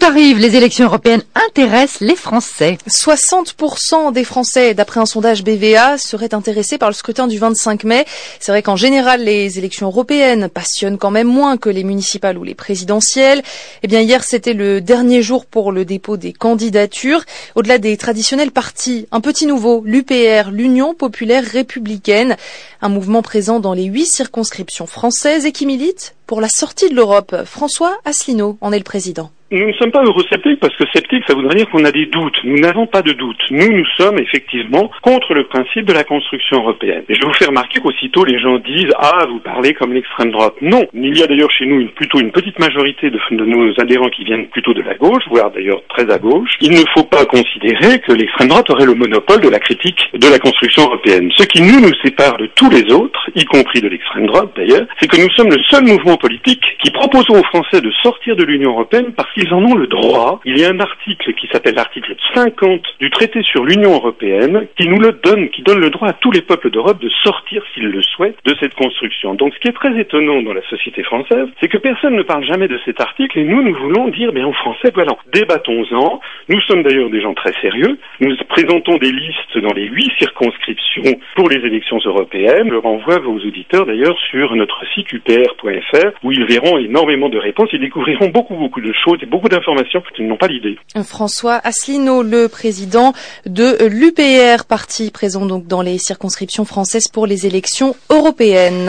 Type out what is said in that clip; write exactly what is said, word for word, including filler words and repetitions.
arrive, les élections européennes intéressent les Français. soixante pour cent des Français, d'après un sondage B V A, seraient intéressés par le scrutin du vingt-cinq mai. C'est vrai qu'en général, les élections européennes passionnent quand même moins que les municipales ou les présidentielles. Eh bien, hier, c'était le dernier jour pour le dépôt des candidatures. Au-delà des traditionnels partis, un petit nouveau, l'U P R, l'Union populaire républicaine, un mouvement présent dans les huit circonscriptions françaises et qui milite pour la sortie de l'Europe. François Asselineau en est le président. Nous ne sommes pas eurosceptiques parce que sceptique, ça voudrait dire qu'on a des doutes. Nous n'avons pas de doutes. Nous, nous sommes effectivement contre le principe de la construction européenne. Et je vous fais remarquer qu'aussitôt les gens disent « Ah, vous parlez comme l'extrême droite ». Non, il y a d'ailleurs chez nous une, plutôt une petite majorité de, de nos adhérents qui viennent plutôt de la gauche, voire d'ailleurs très à gauche. Il ne faut pas considérer que l'extrême droite aurait le monopole de la critique de la construction européenne. Ce qui nous, nous sépare de tous les autres, y compris de l'extrême droite d'ailleurs, c'est que nous sommes le seul mouvement politique qui proposons aux Français de sortir de l'Union européenne parce qu'ils Ils en ont le droit. Il y a un article qui s'appelle l'article cinquante du traité sur l'Union européenne qui nous le donne, qui donne le droit à tous les peuples d'Europe de sortir, s'ils le souhaitent, de cette construction. Donc ce qui est très étonnant dans la société française, c'est que personne ne parle jamais de cet article et nous, nous voulons dire, mais en français, voilà, débattons-en. Nous sommes d'ailleurs des gens très sérieux. Nous présentons des listes dans les huit circonscriptions pour les élections européennes. Je renvoie vos auditeurs d'ailleurs sur notre site U P R point F R où ils verront énormément de réponses. Ils découvriront beaucoup, beaucoup de choses et beaucoup d'informations qu'ils n'ont pas l'idée. François Asselineau, le président de l'U P R, parti présent donc dans les circonscriptions françaises pour les élections européennes.